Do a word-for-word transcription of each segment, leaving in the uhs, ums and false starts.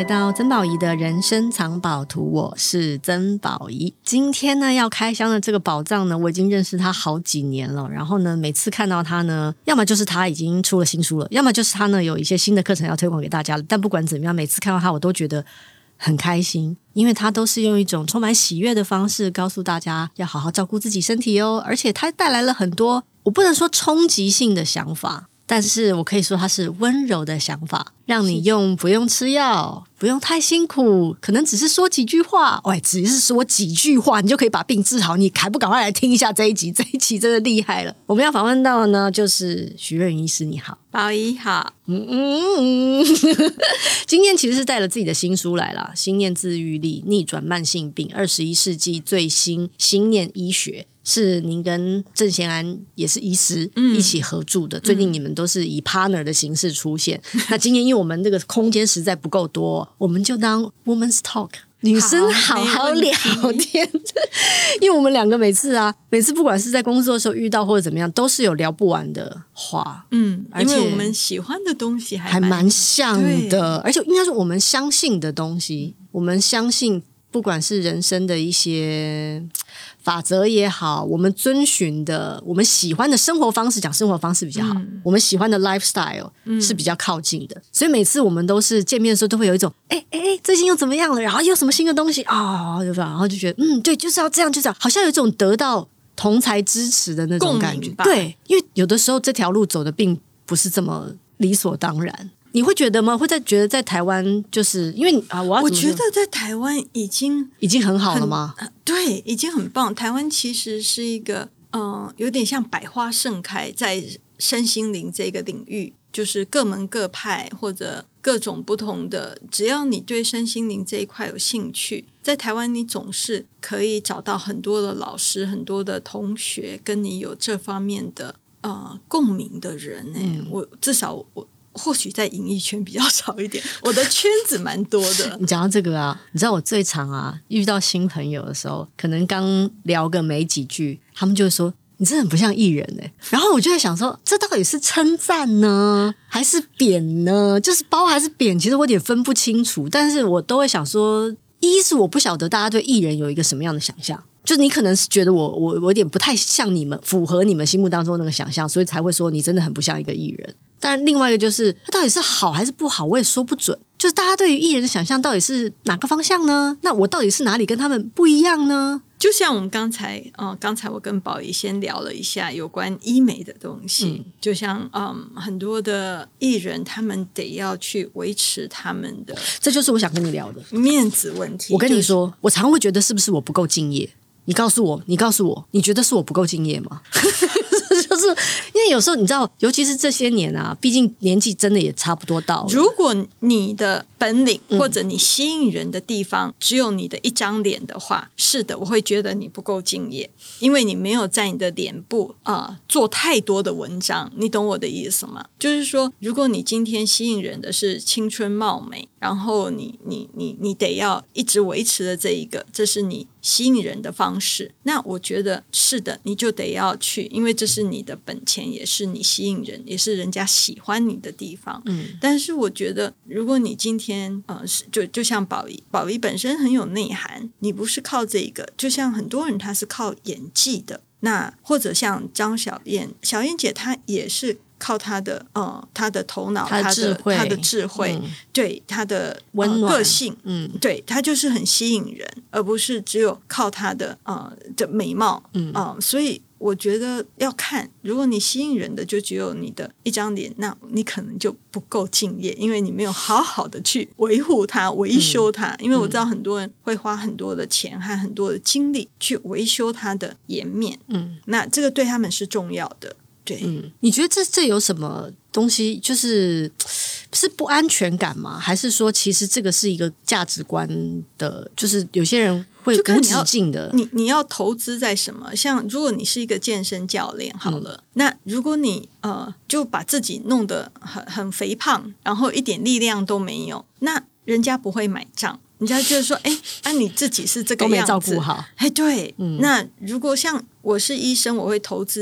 来到曾宝仪的人生藏宝图，我是曾宝仪。今天呢要开箱的这个宝藏呢，我已经认识他好几年了，然后呢每次看到他呢，要么就是他已经出了新书了，要么就是他呢有一些新的课程要推广给大家了，但不管怎么样，每次看到他我都觉得很开心，因为他都是用一种充满喜悦的方式告诉大家要好好照顾自己身体哦，而且他带来了很多，我不能说冲击性的想法，但是我可以说它是温柔的想法，让你用不用吃药，不用太辛苦，可能只是说几句话，喂，只是说几句话你就可以把病治好，你还不赶快来听一下这一集，这一集真的厉害了。我们要访问到的呢就是许瑞云医师，你好。 宝仪好。 嗯嗯嗯今天其实是带了自己的新书来啦，心念自愈力，逆转慢性病，二十一世纪最新心念医学，是您跟郑贤安也是医师、嗯、一起合著的，最近你们都是以 partner 的形式出现、嗯、那今天因为我们这个空间实在不够多，我们就当 women's talk，女生好好聊天因为我们两个每次啊每次不管是在工作的时候遇到或者怎么样，都是有聊不完的话， 嗯，因为我们喜欢的东西还 蛮, 还蛮像的，而且应该说我们相信的东西，我们相信不管是人生的一些法则也好，我们遵循的我们喜欢的生活方式，讲生活方式比较好、嗯、我们喜欢的 lifestyle 是比较靠近的、嗯、所以每次我们都是见面的时候都会有一种哎哎哎，最近又怎么样了，然后有什么新的东西啊、哦，然后就觉得嗯对，就是要这样，就是这样，好像有一种得到同才支持的那种感觉。对，因为有的时候这条路走的并不是这么理所当然。你会觉得吗？会在觉得在台湾，就是因为啊，我要我觉得在台湾已经已经很好了吗？ 对，已经很棒。台湾其实是一个嗯、呃，有点像百花盛开，在身心灵这个领域，就是各门各派或者各种不同的，只要你对身心灵这一块有兴趣，在台湾你总是可以找到很多的老师、很多的同学跟你有这方面的呃共鸣的人。哎、嗯，我至少我。或许在演艺圈比较少一点，我的圈子蛮多的。 你讲到这个啊，你知道我最常啊遇到新朋友的时候，可能刚聊个没几句，他们就会说你真的很不像艺人欸，然后我就在想说，这到底是称赞呢还是贬呢？就是褒还是贬，其实我有点分不清楚，但是我都会想说，一是我不晓得大家对艺人有一个什么样的想象，就是你可能是觉得我我我有点不太像你们，符合你们心目当中那个想象，所以才会说你真的很不像一个艺人。但另外一个就是它到底是好还是不好我也说不准，就是大家对于艺人的想象到底是哪个方向呢？那我到底是哪里跟他们不一样呢？ 就像我们刚才呃，刚才我跟宝仪先聊了一下有关医美的东西、嗯、就像嗯很多的艺人他们得要去维持他们的， 这就是我想跟你聊的面子问题。 我跟你说、就是、我常会觉得是不是我不够敬业，你告诉我你告诉我你觉得是我不够敬业吗？就是因为有时候你知道，尤其是这些年啊，毕竟年纪真的也差不多到了， 如果你的本领或者你吸引人的地方、嗯、只有你的一张脸的话，是的，我会觉得你不够敬业，因为你没有在你的脸部、呃、做太多的文章。你懂我的意思吗？就是说如果你今天吸引人的是青春貌美，然后你你你你得要一直维持的这一个，这是你吸引人的方式，那我觉得是的，你就得要去，因为这是你的本钱，也是你吸引人，也是人家喜欢你的地方。嗯，但是我觉得如果你今天呃，就就像宝仪，宝仪本身很有内涵，你不是靠这个，就像很多人他是靠演技的，那或者像张小燕，小燕姐她也是靠他的呃，他的头脑，他的智慧，他的智慧，嗯、对他的温暖、呃、个性，嗯，对他就是很吸引人，而不是只有靠他的呃的美貌，嗯、呃、所以我觉得要看，如果你吸引人的就只有你的一张脸，那你可能就不够敬业，因为你没有好好的去维护它、维修它。嗯、因为我知道很多人会花很多的钱和很多的精力去维修它的颜面，嗯，那这个对他们是重要的。对， 嗯，你觉得这这有什么东西，就是是不安全感吗？还是说其实这个是一个价值观的，就是有些人会无止境的， 你你要投资在什么？像如果你是一个健身教练好了，嗯、那如果你呃就把自己弄得很很肥胖，然后一点力量都没有，那人家不会买账。人家就是说，哎，啊，你自己是这个样子， 都没照顾好。 哎，对，嗯，那如果像我是医生，我会投资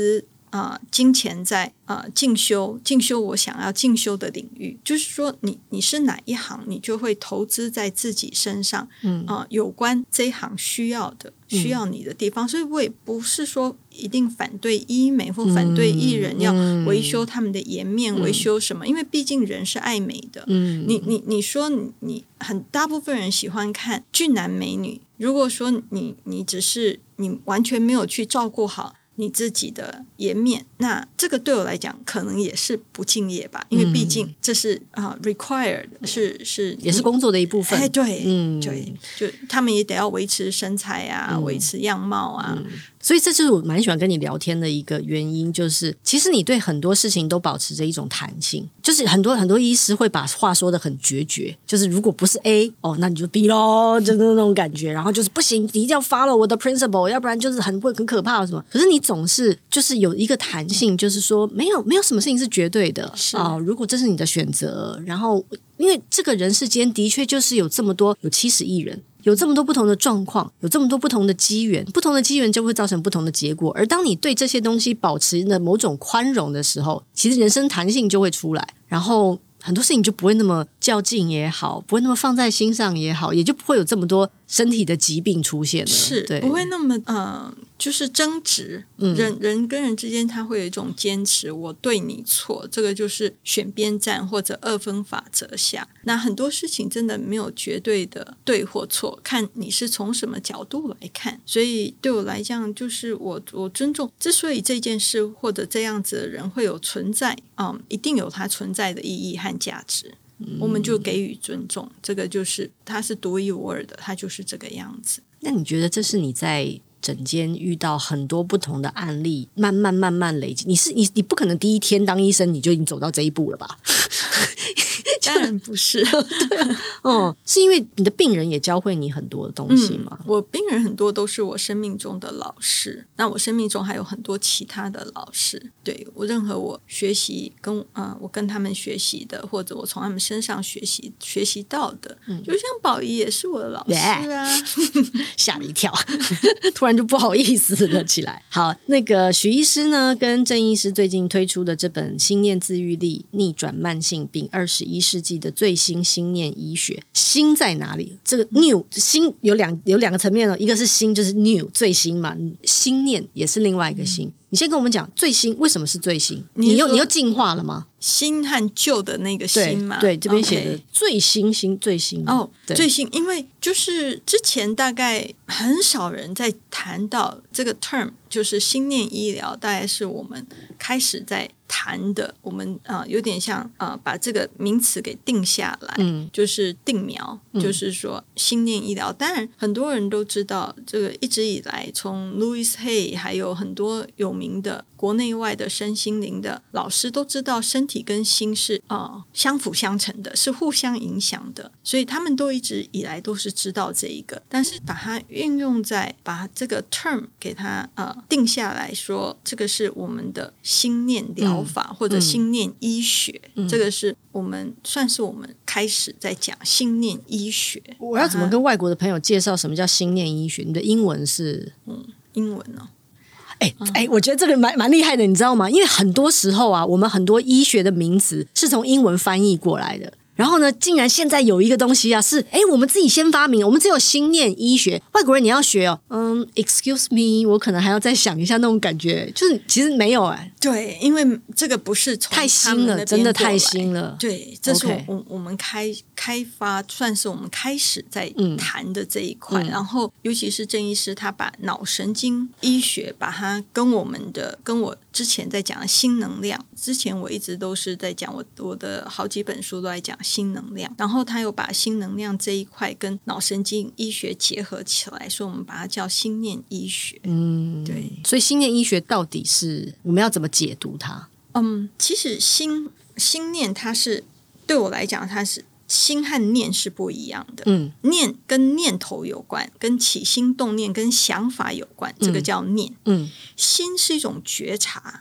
啊、呃、金钱在啊、呃、进修进修我想要进修的领域，就是说你你是哪一行，你就会投资在自己身上，嗯啊、呃、有关这一行需要的需要你的地方、嗯、所以我也不是说一定反对医美或反对艺人要维修他们的颜面、嗯、维修什么，因为毕竟人是爱美的，嗯，你你你说你你很大部分人喜欢看俊男美女，如果说你你只是你完全没有去照顾好你自己的颜面，那这个对我来讲可能也是不敬业吧，因为毕竟这是啊、uh, required 是是也是工作的一部分， 哎，对，嗯，对，就他们也得要维持身材啊，嗯、维持样貌啊。嗯， 所以这就是我蛮喜欢跟你聊天的一个原因，就是其实你对很多事情都保持着一种弹性，就是很多很多医师会把话说得很决绝，就是如果不是 A 哦，那你就 B 咯，就是那种感觉，然后就是不行，你一定要 follow 我的 principle， 要不然就是很会很可怕什么。可是你总是就是有一个弹性，就是说没有没有什么事情是绝对的啊、呃。如果这是你的选择，然后因为这个人世间的确就是有这么多，有七十亿人。有这么多不同的状况，有这么多不同的机缘，不同的机缘就会造成不同的结果，而当你对这些东西保持了某种宽容的时候，其实人生弹性就会出来，然后很多事情就不会那么较劲也好，不会那么放在心上也好，也就不会有这么多身体的疾病出现了， 是对， 不会那么呃，就是争执、嗯、人人跟人之间他会有一种坚持，我对你错，这个就是选边站或者二分法则下，那很多事情真的没有绝对的对或错，看你是从什么角度来看，所以对我来讲就是我我尊重，之所以这件事或者这样子的人会有存在，嗯，一定有它存在的意义和价值，我们就给予尊重，这个就是它是独一无二的，它就是这个样子。 那你觉得这是你在诊间遇到很多不同的案例慢慢慢慢累积，你是你你不可能第一天当医生你就已经走到这一步了吧？ 当然不是对啊，嗯，是因为你的病人也教会你很多的东西吗？ 嗯，我病人很多都是我生命中的老师，那我生命中还有很多其他的老师，对，我任何我学习跟呃我跟他们学习的，或者我从他们身上学习学习到的，嗯，就像宝仪也是我的老师啊， 吓了一跳突然就不好意思了起来。好，那个许医师呢跟郑医师最近推出的这本心念自愈力逆转慢性病二十一世纪的最新心念医学，新在哪里？这个 new 新有两有两个层面哦，一个是新就是 new 最新嘛，心念也是另外一个新、嗯、你先跟我们讲最新为什么是最新，你又你又进化了吗？ 新和旧的那个新嘛， 对，对这边写的最新新最新哦，最新，因为就是之前大概很少人在谈到这个 term， 就是心念医疗，大概是我们开始在谈的，我们啊、呃、有点像啊、呃、把这个名词给定下来，嗯，就是定苗，嗯、就是说心念医疗。当然很多人都知道，这个一直以来从 Louis Hay 还有很多有名的国内外的身心灵的老师都知道，身体跟心是呃相辅相成的，是互相影响的，所以他们都一直以来都是知道这一个，但是把它运用在把这个 term 给它呃定下来说，这个是我们的心念疗法、嗯、或者心念医学、嗯、这个是我们算是我们开始在讲心念医学。 我要怎么跟外国的朋友介绍什么叫心念医学？你的英文是嗯英文哦。 哎哎，我觉得这个蛮蛮厉害的，你知道吗？因为很多时候啊，我们很多医学的名词是从英文翻译过来的。然后呢，竟然现在有一个东西啊，是哎，我们自己先发明，我们只有心念医学，外国人你要学哦，嗯 ，excuse me， 我可能还要再想一下那种感觉，就是其实没有哎， 对，因为这个不是从太新了，真的太新了， 对，这是我、okay. 我们开开发，算是我们开始在谈的这一块、嗯，然后尤其是郑医师他把脑神经医学把它跟我们的跟我之前在讲的新能量，之前我一直都是在讲我我的好几本书都在讲新能量，然后他又把新能量这一块跟脑神经医学结合起来，所以我们把它叫心念医学。嗯，对。所以心念医学到底是我们要怎么解读它？ 嗯，其实心心念它是对我来讲，它是心和念是不一样的。嗯，念跟念头有关，跟起心动念跟想法有关，这个叫念。嗯，心是一种觉察。嗯。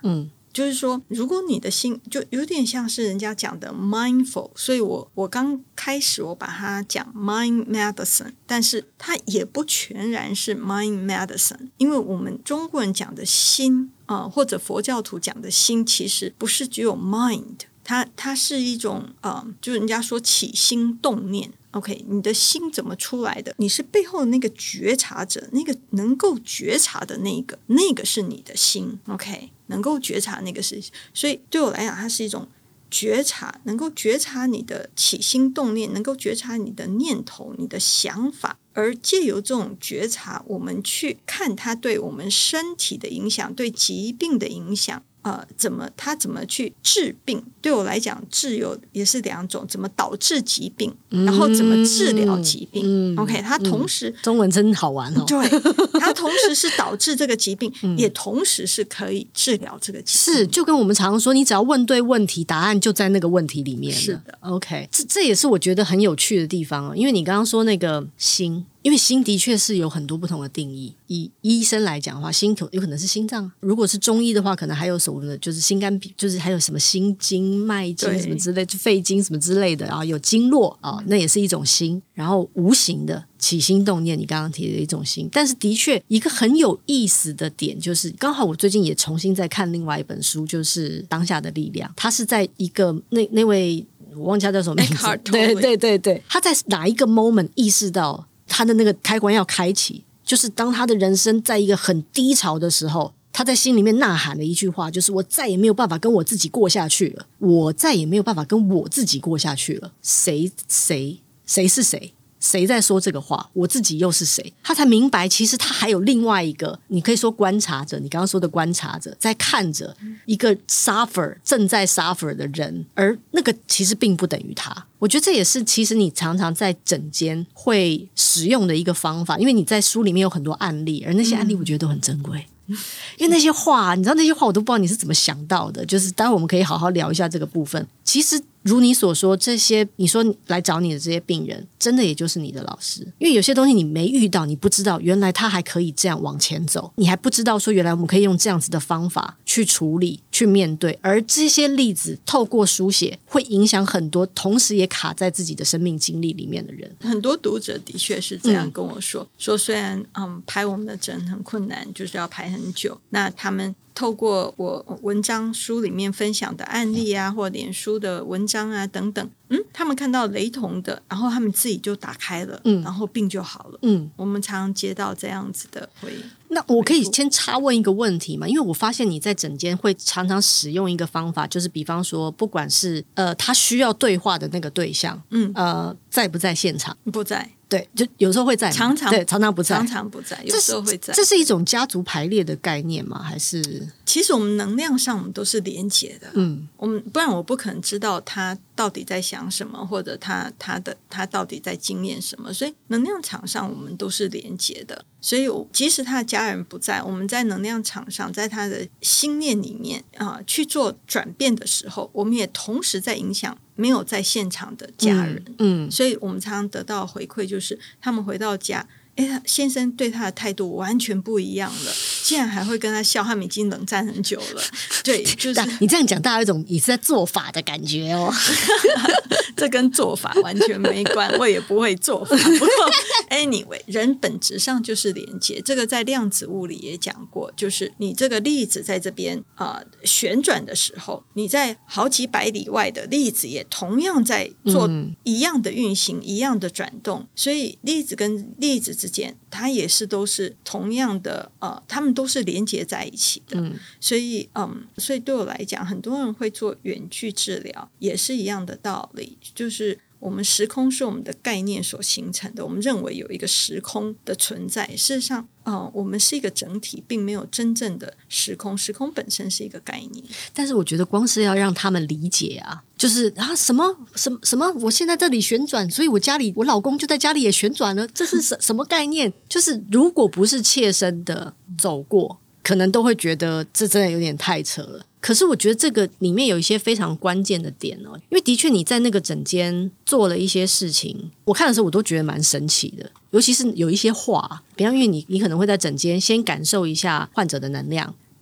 就是说如果你的心就有点像是人家讲的 mindful， 所以我我刚开始我把它讲 mind medicine， 但是它也不全然是 mind medicine， 因为我们中国人讲的心、呃、或者佛教徒讲的心其实不是只有 mind， 它, 它是一种、呃、就是人家说起心动念。OK， 你的心怎么出来的？你是背后的那个觉察者，那个能够觉察的那个，那个是你的心。OK， 能够觉察那个是，所以对我来讲，它是一种觉察，能够觉察你的起心动念，能够觉察你的念头、你的想法，而借由这种觉察，我们去看它对我们身体的影响，对疾病的影响。呃，怎么他怎么去治病？对我来讲，治有也是两种，怎么导致疾病，然后怎么治疗疾病。嗯、OK， 它同时、嗯、 中文真好玩哦。 对，它同时是导致这个疾病，嗯、也同时是可以治疗这个疾病。 是，就跟我们常说，你只要问对问题，答案就在那个问题里面了。 是的 ，OK， 这这也是我觉得很有趣的地方哦，因为你刚刚说那个心。因为心的确是有很多不同的定义，以医生来讲的话，心有可能是心脏，如果是中医的话可能还有什么的就是心肝脾，就是还有什么心经脉经什么之类，就肺经什么之类的，然后有经络啊，那也是一种心。然后无形的起心动念，你刚刚提的一种心。但是的确一个很有意思的点就是刚好我最近也重新在看另外一本书，就是当下的力量。它是在一个那那位我忘记他叫什么名字，对对对对，他在哪一个 moment 意识到他的那个开关要开启，就是当他的人生在一个很低潮的时候，他在心里面呐喊了一句话，就是我再也没有办法跟我自己过下去了，我再也没有办法跟我自己过下去了。谁谁谁是谁？谁在说这个话？我自己又是谁？他才明白其实他还有另外一个，你可以说观察者，你刚刚说的观察者在看着一个 suffer 正在 suffer 的人，而那个其实并不等于他。我觉得这也是其实你常常在诊间会使用的一个方法，因为你在书里面有很多案例，而那些案例我觉得都很珍贵、嗯、因为那些话你知道那些话我都不知道你是怎么想到的，就是待会我们可以好好聊一下这个部分。其实如你所说，这些你说来找你的这些病人真的也就是你的老师，因为有些东西你没遇到，你不知道原来他还可以这样往前走，你还不知道说原来我们可以用这样子的方法去处理去面对，而这些例子透过书写会影响很多同时也卡在自己的生命经历里面的人。 很多读者的确是这样跟我说、嗯、说虽然嗯排我们的诊很困难，就是要排很久，那他们透过我文章书里面分享的案例啊，或脸书的文章啊等等，嗯，他们看到雷同的，然后他们自己就打开了，嗯，然后病就好了。嗯，我们常常接到这样子的回应。 那我可以先插问一个问题吗？因为我发现你在诊间会常常使用一个方法，就是比方说不管是呃他需要对话的那个对象，嗯，呃在不在现场？ 不在。 对，就有时候会在，常常对，常常不在， 常常不在，有时候会在。 这是一种家族排列的概念吗？还是其实我们能量上我们都是连结的，嗯，我们不然我不可能知道他到底在想什么，或者他他的他到底在经验什么，所以能量场上我们都是连结的。所以即使他的家人不在，我们在能量场上，在他的心念里面啊、呃、去做转变的时候，我们也同时在影响没有在现场的家人。嗯，嗯所以我们常常得到回馈就是他们回到家，诶，先生对他的态度完全不一样了，竟然还会跟他笑，他们已经冷战很久了。对，就是你这样讲，大家有一种你是在做法的感觉哦。 这跟做法完全没关，我也不会做法。不过 anyway， 人本质上就是连接，这个在量子物理也讲过，就是你这个粒子在这边、呃、旋转的时候，你在好几百里外的粒子也同样在做一样的运行、嗯、一样的转动，所以粒子跟粒子之间它也是都是同样的呃，他们都是连接在一起的、嗯、所以嗯，所以对我来讲，很多人会做远距治疗也是一样的道理，就是我们时空是我们的概念所形成的，我们认为有一个时空的存在，事实上、呃、我们是一个整体，并没有真正的时空，时空本身是一个概念。 但是我觉得光是要让他们理解啊，就是啊什么什么什么我现在这里旋转，所以我家里我老公就在家里也旋转了，这是什什么概念？就是如果不是切身的走过，可能都会觉得这真的有点太扯了。可是我觉得这个里面有一些非常关键的点哦，因为的确你在那个诊间做了一些事情，我看的时候我都觉得蛮神奇的，尤其是有一些话，比方因为你你可能会在诊间先感受一下患者的能量，然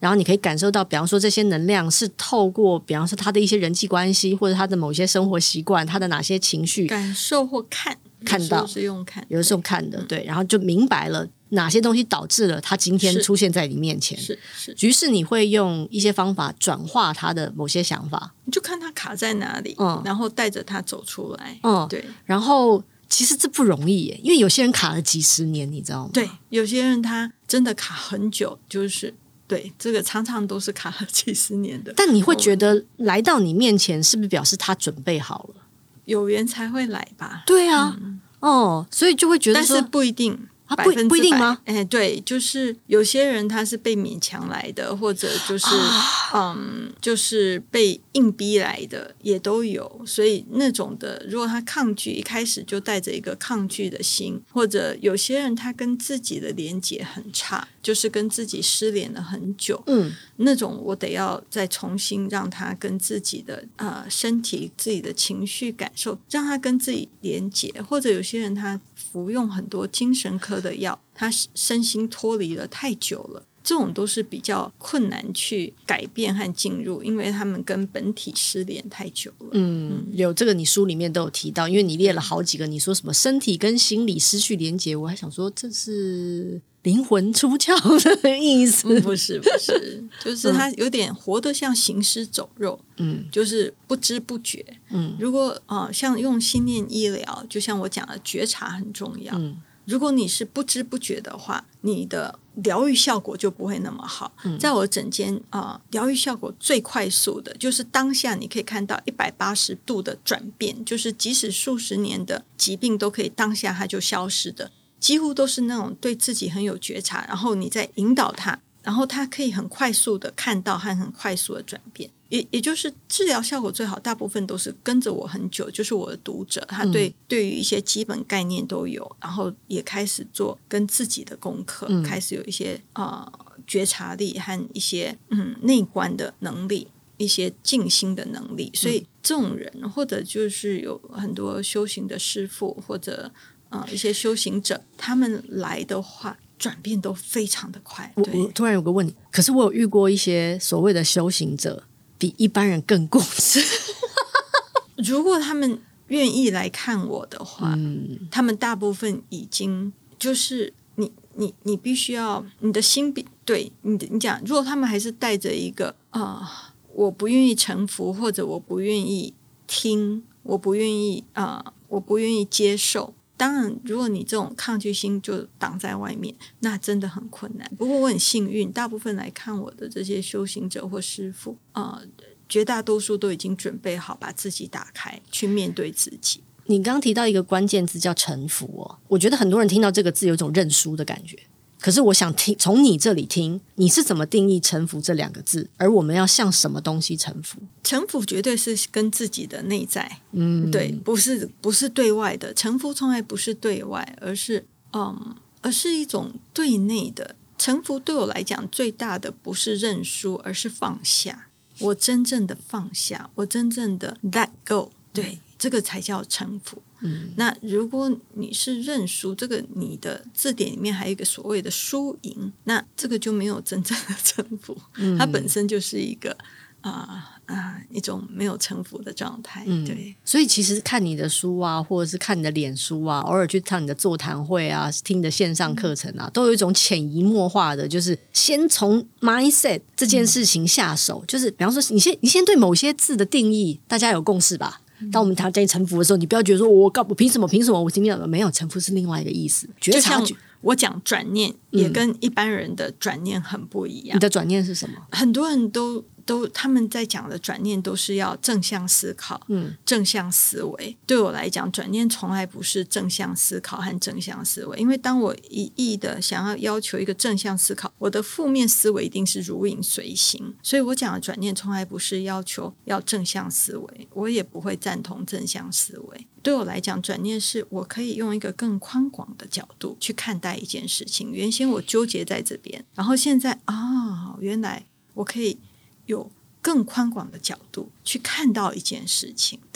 然后你可以感受到比方说这些能量是透过比方说他的一些人际关系或者他的某些生活习惯，他的哪些情绪感受或看看到， 是用看， 有的时候看的，对，然后就明白了哪些东西导致了他今天出现在你面前， 是是， 于是你会用一些方法转化他的某些想法， 你就看他卡在哪里， 嗯， 然后带着他走出来， 嗯， 对， 然后其实这不容易耶，因为有些人卡了几十年，你知道吗？ 对，有些人他真的卡很久，就是对这个常常都是卡了几十年的， 但你会觉得来到你面前是不是表示他准备好了？ 有缘才会来吧？ 对啊，嗯、哦，所以就会觉得说， 但是不一定。 啊，不不一定吗？ 哎，对，就是有些人他是被勉强来的，或者就是、啊、嗯，就是被硬逼来的，也都有。所以那种的，如果他抗拒，一开始就带着一个抗拒的心，或者有些人他跟自己的连结很差，就是跟自己失联了很久， 嗯， 那种我得要再重新让他跟自己的呃身体、自己的情绪感受，让他跟自己连结，或者有些人他服用很多精神科的药，他身心脱离了太久了，这种都是比较困难去改变和进入，因为他们跟本体失联太久了。 嗯，有这个你书里面都有提到，因为你列了好几个，你说什么身体跟心理失去连结，我还想说这是灵魂出窍的意思、 嗯、不是不是，就是他有点活得像行尸走肉，嗯，就是不知不觉，嗯，如果呃像用心念医疗，就像我讲的，觉察很重要，嗯，如果你是不知不觉的话，你的疗愈效果就不会那么好。嗯、在我诊间啊，疗、呃、愈效果最快速的就是当下你可以看到一百八十度的转变，就是即使数十年的疾病都可以当下它就消失的。几乎都是那种对自己很有觉察，然后你再引导他，然后他可以很快速的看到和很快速的转变，也也就是治疗效果最好，大部分都是跟着我很久，就是我的读者，他对、嗯、对于一些基本概念都有，然后也开始做跟自己的功课，嗯、开始有一些呃觉察力和一些嗯内观的能力，一些静心的能力，所以这种人或者就是有很多修行的师父或者呃，一些修行者，他们来的话，转变都非常的快。 我我突然有个问题，可是我有遇过一些所谓的修行者，比一般人更固执。 如果他们愿意来看我的话，嗯、他们大部分已经就是你你你必须要你的心比对你你讲，如果他们还是带着一个啊、呃，我不愿意臣服，或者我不愿意听，我不愿意啊、呃，我不愿意接受。当然如果你这种抗拒心就挡在外面，那真的很困难。不过我很幸运，大部分来看我的这些修行者或师父呃，绝大多数都已经准备好把自己打开去面对自己。 你刚刚提到一个关键字叫臣服哦，我觉得很多人听到这个字有一种认输的感觉，可是我想听从你这里听，你是怎么定义臣服这两个字，而我们要向什么东西臣服？ 臣服绝对是跟自己的内在，嗯，对，不是不是对外的。臣服从来不是对外，而是嗯，而是一种对内的。臣服对我来讲最大的不是认输，而是放下。我真正的放下，我真正的 let go， 对，这个才叫臣服。嗯，那如果你是认输，这个你的字典里面还有一个所谓的输赢，那这个就没有真正的臣服，嗯、它本身就是一个啊啊、呃呃、一种没有臣服的状态。嗯，对。 所以其实看你的书啊，或者是看你的脸书啊，偶尔去看你的座谈会啊，听你的线上课程啊，嗯、都有一种潜移默化的，就是先从 mindset 这件事情下手，嗯、就是比方说你先你先对某些字的定义，大家有共识吧？当我们谈臣服的时候，你不要觉得说我我凭什么凭什么我今天没有，臣服是另外一个意思。觉察， 就像我讲转念，也跟一般人的转念很不一样。 你的转念是什么？ 很多人都都他们在讲的转念都是要正向思考，嗯，正向思维。对我来讲，转念从来不是正向思考和正向思维，因为当我一意的想要要求一个正向思考，我的负面思维一定是如影随形。所以我讲的转念从来不是要求要正向思维，我也不会赞同正向思维。对我来讲，转念是我可以用一个更宽广的角度去看待一件事情。原先我纠结在这边，然后现在啊、哦，原来我可以有更宽广的角度去看到一件事情。对，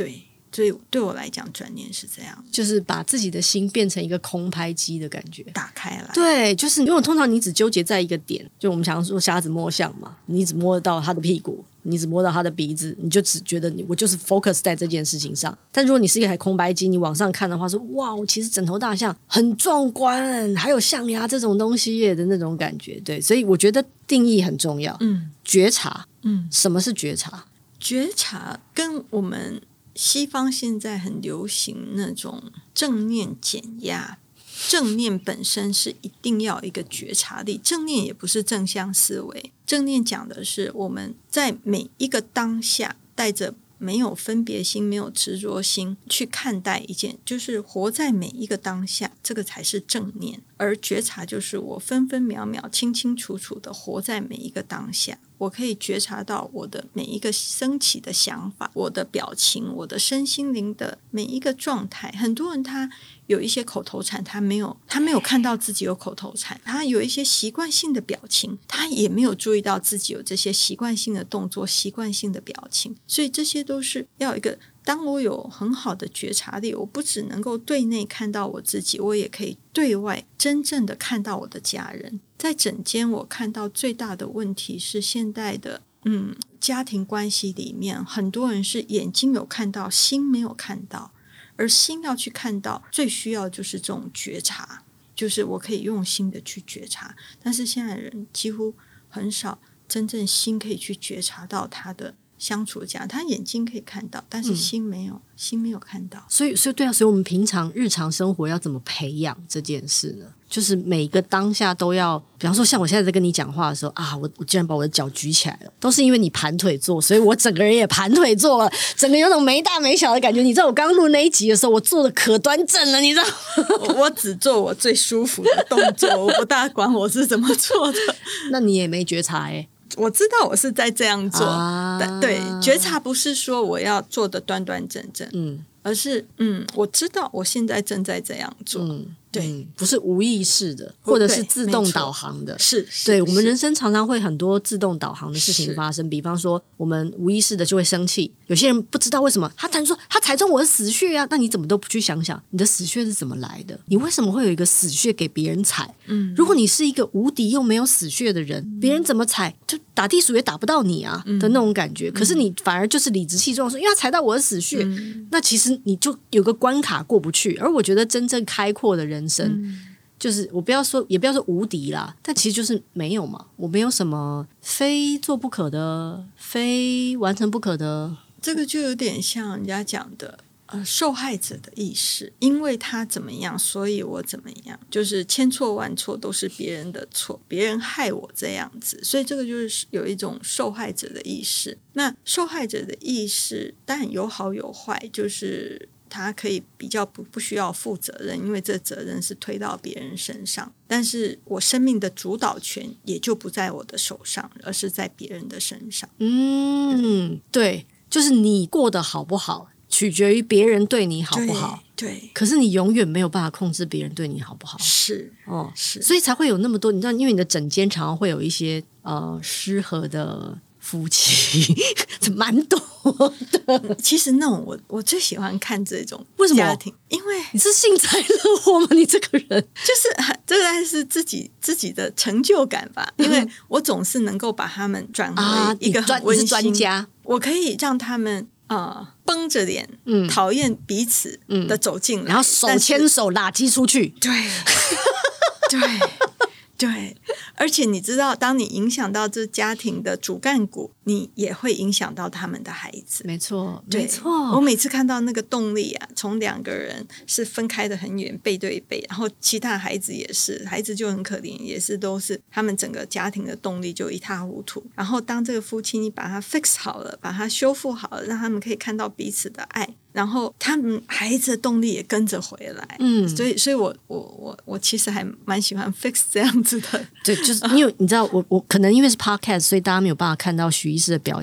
所以对我来讲转念是这样， 就是把自己的心变成一个空拍机的感觉， 打开来。 对，就是因为通常你只纠结在一个点，就我们常说瞎子摸象嘛，你只摸得到他的屁股，你只摸到他的鼻子，你就只觉得你我就是 focus 在这件事情上。但如果你是一台空白机，你往上看的话说哇，其实枕头大象很壮观，还有象牙这种东西耶的那种感觉。对，所以我觉得定义很重要。嗯，觉察。嗯，什么是觉察？ 觉察跟我们西方现在很流行那种正念减压，正念本身是一定要有一个觉察力，正念也不是正向思维，正念讲的是我们在每一个当下带着没有分别心没有执着心去看待一件，就是活在每一个当下，这个才是正念。而觉察就是我分分秒秒清清楚楚的活在每一个当下，我可以觉察到我的每一个升起的想法，我的表情，我的身心灵的每一个状态。很多人他有一些口头禅，他没有他没有看到自己有口头禅，他有一些习惯性的表情，他也没有注意到自己有这些习惯性的动作，习惯性的表情。所以这些都是要有一个，当我有很好的觉察力，我不只能够对内看到我自己，我也可以对外真正的看到我的家人。在整间我看到最大的问题是现代的嗯家庭关系里面，很多人是眼睛有看到，心没有看到，而心要去看到，最需要就是这种觉察，就是我可以用心的去觉察。但是现在人几乎很少真正心可以去觉察到他的相处这样，他眼睛可以看到，但是心没有、嗯、心没有看到。 所以所以对啊，所以我们平常日常生活要怎么培养这件事呢？就是每个当下都要，比方说像我现在在跟你讲话的时候啊，我我竟然把我的脚举起来了，都是因为你盘腿坐，所以我整个人也盘腿坐了，整个有种没大没小的感觉。你知道我刚刚录那一集的时候，我坐的可端正了，你知道我, 我只做我最舒服的动作，我不大管我是怎么做的。 那你也没觉察耶？ 我知道我是在这样做、啊、对，觉察不是说我要做的端端正正，嗯，而是嗯，我知道我现在正在这样做，嗯，对、嗯， 不是无意识的，或者是自动导航的， 是， 对，我们人生常常会很多自动导航的事情发生，比方说我们无意识的就会生气，有些人不知道为什么他谈说他踩中我的死穴啊，那你怎么都不去想想你的死穴是怎么来的？你为什么会有一个死穴给别人踩？嗯，如果你是一个无敌又没有死穴的人，别、嗯、人怎么踩就打地鼠也打不到你啊、嗯、的那种感觉、嗯、可是你反而就是理直气壮说因为他踩到我的死穴、嗯、那其实你就有个关卡过不去。而我觉得真正开阔的人生、嗯、就是我不要说也不要说无敌啦，但其实就是没有嘛，我没有什么非做不可的，非完成不可的。 这个就有点像人家讲的呃，受害者的意识，因为他怎么样所以我怎么样，就是千错万错都是别人的错，别人害我这样子，所以这个就是有一种受害者的意识。那受害者的意识当然有好有坏，就是他可以比较不不需要负责任，因为这责任是推到别人身上，但是我生命的主导权也就不在我的手上，而是在别人的身上。 嗯，对，就是你过得好不好取决于别人对你好不好， 对, 对， 可是你永远没有办法控制别人对你好不好， 是哦，是，所以才会有那么多，你知道，因为你的整间常常会有一些呃失和的夫妻，蛮多的。 其实那种我我最喜欢看这种为什么家庭，因为你是幸灾乐祸吗？你这个人就是这个是自己自己的成就感吧，因为我总是能够把他们转为一个很温馨、 啊、专家， 我可以让他们呃，绷着脸、嗯、讨厌彼此的走进来、嗯、 然后手牵手拉鸡出去， 对对对，而且你知道当你影响到这家庭的主干骨，你也会影响到他们的孩子。 没错没错， 我每次看到那个动力啊，从两个人是分开的很远，背对背，然后其他孩子也是，孩子就很可怜，也是都是他们整个家庭的动力就一塌糊涂。然后当这个夫妻你把它 fix 好了，把它修复好了，让他们可以看到彼此的爱，然后他们孩子的动力也跟着回来。嗯，所以所以我我我我其实还蛮喜欢 fix 这样子的。 对，就是因为你知道我我可能因为是 podcast， 所以大家没有办法看到许医师的表情。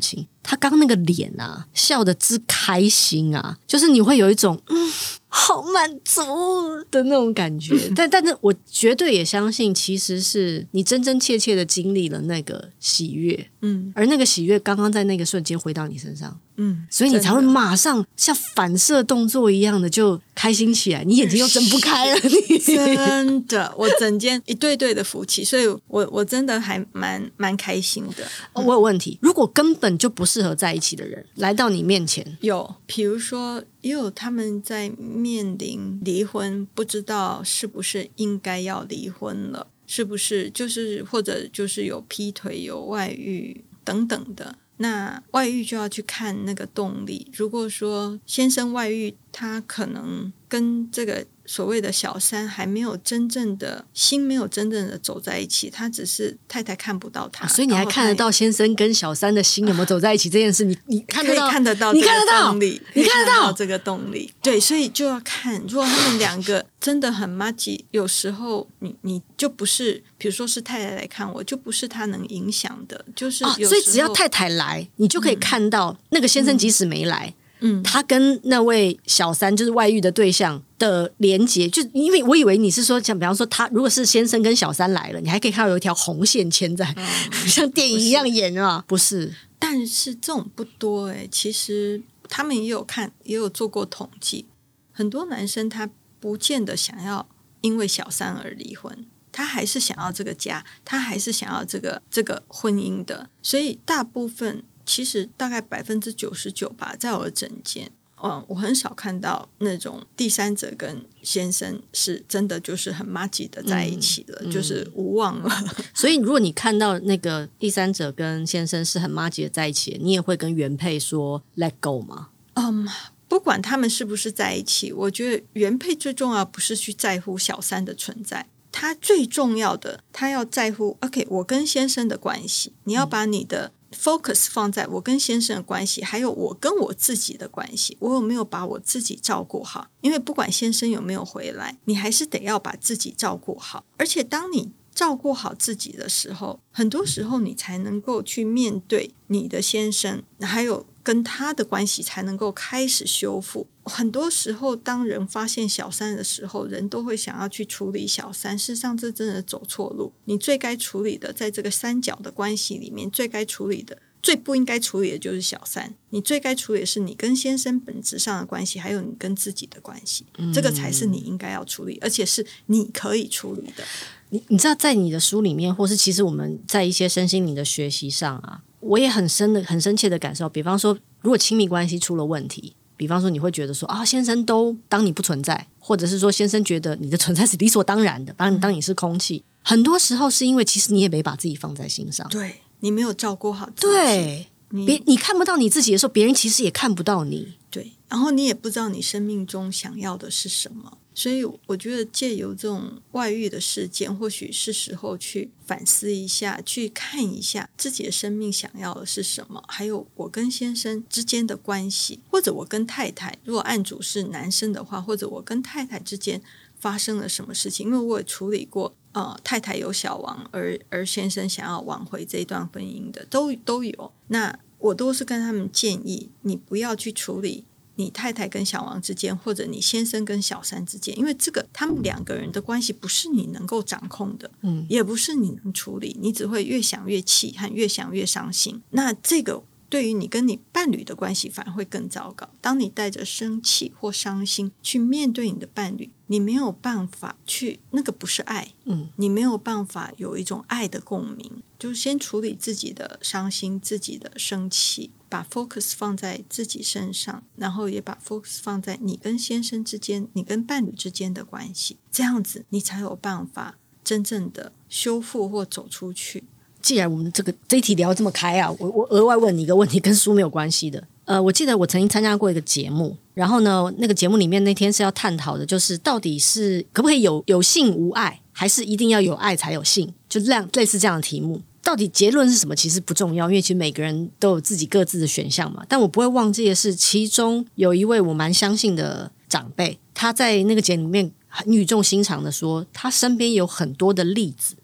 他刚刚那个脸啊，笑得之开心啊，就是你会有一种嗯，好满足的那种感觉。但但是我绝对也相信，其实是你真真切切的经历了那个喜悦，嗯，而那个喜悦刚刚在那个瞬间回到你身上，嗯，所以你才会马上像反射动作一样的就开心起来，你眼睛又睁不开了。你真的，我整间一对对的夫妻，所以我我真的还蛮蛮开心的。 哦，我有问题，如果根本就不适合在一起的人来到你面前， 有，比如说也有他们在面临离婚，不知道是不是应该要离婚了，是不是就是或者就是有劈腿、有外遇等等的。那外遇就要去看那个动力，如果说先生外遇，他可能跟这个所谓的小三还没有真正的心没有真正的走在一起，他只是太太看不到他、啊、 所以你还看得到先生跟小三的心有没有走在一起这件事，你你看得到， 可以看得到， 你看得到动力， 你看得到这个动力。对，所以就要看，如果他们两个真的很麻吉，有时候你你就不是，比如说是太太来看我，就不是他能影响的，就是有时候、哦、 所以只要太太来，你就可以看到、嗯、那个先生即使没来。嗯，他跟那位小三就是外遇的对象的连结，就因为我以为你是说，像比方说他如果是先生跟小三来了，你还可以看到有一条红线牵在、嗯、像电影一样演啊，不是？ 但是这种不多诶、欸，其实他们也有看，也有做过统计，很多男生他不见得想要因为小三而离婚，他还是想要这个家，他还是想要这个这个婚姻的，所以大部分。其实大概百分之九十九吧，在我的诊间，嗯，我很少看到那种第三者跟先生是真的就是很麻吉的在一起了、嗯、就是无望了。 所以如果你看到那个第三者跟先生是很麻吉的在一起，你也会跟原配说 let go 吗？ 嗯，不管他们是不是在一起，我觉得原配最重要不是去在乎小三的存在，他最重要的他要在乎 OK 我跟先生的关系，你要把你的、嗯focus 放在我跟先生的关系，还有我跟我自己的关系，我有没有把我自己照顾好？因为不管先生有没有回来，你还是得要把自己照顾好。而且当你照顾好自己的时候，很多时候你才能够去面对你的先生，还有跟他的关系才能够开始修复。很多时候当人发现小三的时候，人都会想要去处理小三，事实上这真的走错路。你最该处理的，在这个三角的关系里面，最该处理的，最不应该处理的就是小三。你最该处理的是你跟先生本质上的关系，还有你跟自己的关系、嗯、这个才是你应该要处理，而且是你可以处理的。 你你知道在你的书里面，或是其实我们在一些身心灵的学习上啊，我也很深的很深切的感受，比方说如果亲密关系出了问题，比方说你会觉得说啊，先生都当你不存在，或者是说先生觉得你的存在是理所当然的，把你当你是空气、嗯、很多时候是因为其实你也没把自己放在心上， 对，你没有照顾好自己， 对，别你看不到你自己的时候，别人其实也看不到你， 对，然后你也不知道你生命中想要的是什么。所以我觉得借由这种外遇的事件，或许是时候去反思一下，去看一下自己的生命想要的是什么，还有我跟先生之间的关系，或者我跟太太，如果案主是男生的话，或者我跟太太之间发生了什么事情。因为我也处理过呃，太太有小王，而而先生想要挽回这一段婚姻的，都都有。那我都是跟他们建议，你不要去处理你太太跟小王之间，或者你先生跟小三之间，因为这个他们两个人的关系不是你能够掌控的，嗯，也不是你能处理，你只会越想越气和越想越伤心。那这个对于你跟你伴侣的关系反而会更糟糕。当你带着生气或伤心去面对你的伴侣，你没有办法去，那个不是爱，嗯，你没有办法有一种爱的共鸣。就先处理自己的伤心，自己的生气，把 focus 放在自己身上，然后也把 focus 放在你跟先生之间，你跟伴侣之间的关系，这样子你才有办法真正的修复或走出去。 既然我们这个这一题聊这么开啊，我我额外问你一个问题，跟书没有关系的。呃，我记得我曾经参加过一个节目，然后呢，那个节目里面那天是要探讨的，就是到底是可不可以有有性无爱，还是一定要有爱才有性，就这样类似这样的题目。到底结论是什么其实不重要，因为其实每个人都有自己各自的选项嘛。但我不会忘记的是，其中有一位我蛮相信的长辈，他在那个节目里面很语重心长的说，他身边有很多的例子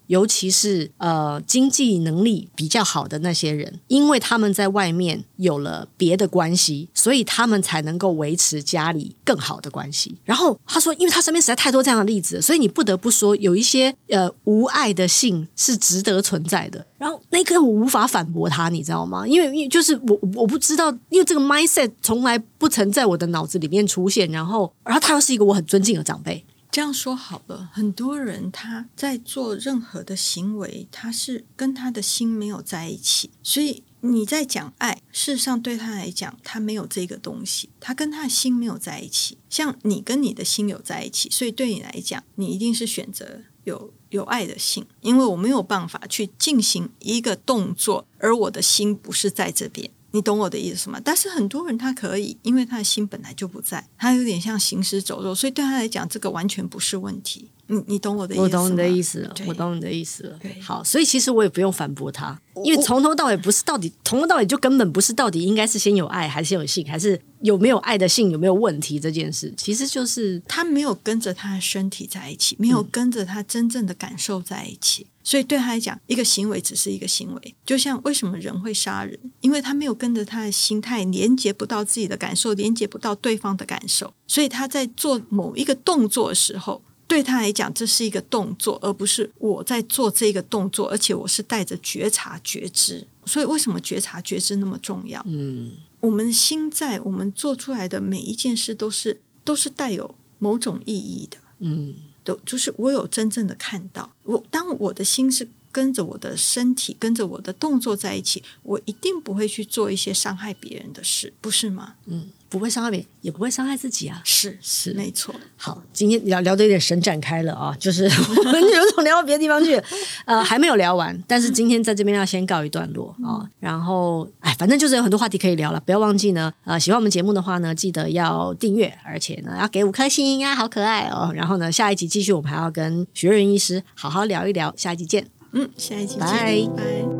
尤其是呃经济能力比较好的那些人，因为他们在外面有了别的关系，所以他们才能够维持家里更好的关系。然后他说因为他身边实在太多这样的例子，所以你不得不说有一些呃无爱的性是值得存在的。然后那个我无法反驳他，你知道吗？因为因为就是我我不知道，因为这个 mindset 从来不曾在我的脑子里面出现，然后然后他又是一个我很尊敬的长辈。 这样说好了，很多人他在做任何的行为，他是跟他的心没有在一起，所以你在讲爱，事实上对他来讲他没有这个东西，他跟他的心没有在一起。像你跟你的心有在一起，所以对你来讲你一定是选择有有爱的心，因为我没有办法去进行一个动作而我的心不是在这边，你懂我的意思吗？但是很多人他可以，因为他的心本来就不在，他有点像行尸走肉，所以对他来讲这个完全不是问题。你你懂我的意思吗？ 我懂你的意思了，我懂你的意思了。好，所以其实我也不用反驳他，因为从头到尾不是到底，从头到尾就根本不是到底应该是先有爱还是先有性，还是有没有爱的性有没有问题这件事，其实就是他没有跟着他的身体在一起，没有跟着他真正的感受在一起。嗯，所以对他来讲一个行为只是一个行为，就像为什么人会杀人，因为他没有跟着他的心态，连接不到自己的感受，连接不到对方的感受，所以他在做某一个动作的时候，对他来讲这是一个动作，而不是我在做这个动作，而且我是带着觉察觉知。所以为什么觉察觉知那么重要？嗯，我们心在我们做出来的每一件事都是都是带有某种意义的。嗯，都就是我有真正的看到，我当我的心是跟着我的身体跟着我的动作在一起，我一定不会去做一些伤害别人的事，不是吗？嗯， 不会伤害别人，也不会伤害自己啊。 是是，没错。 好，今天聊聊得有点神展开了啊，就是我们有种聊到别的地方去了，呃，还没有聊完，但是今天在这边要先告一段落啊。然后，哎，反正就是有很多话题可以聊了，不要忘记呢，呃，喜欢我们节目的话呢，记得要订阅，而且呢要给五颗星啊，好可爱哦。然后呢，下一集继续，我们还要跟学人医师好好聊一聊，下一集见。 嗯，下一集见， 拜拜。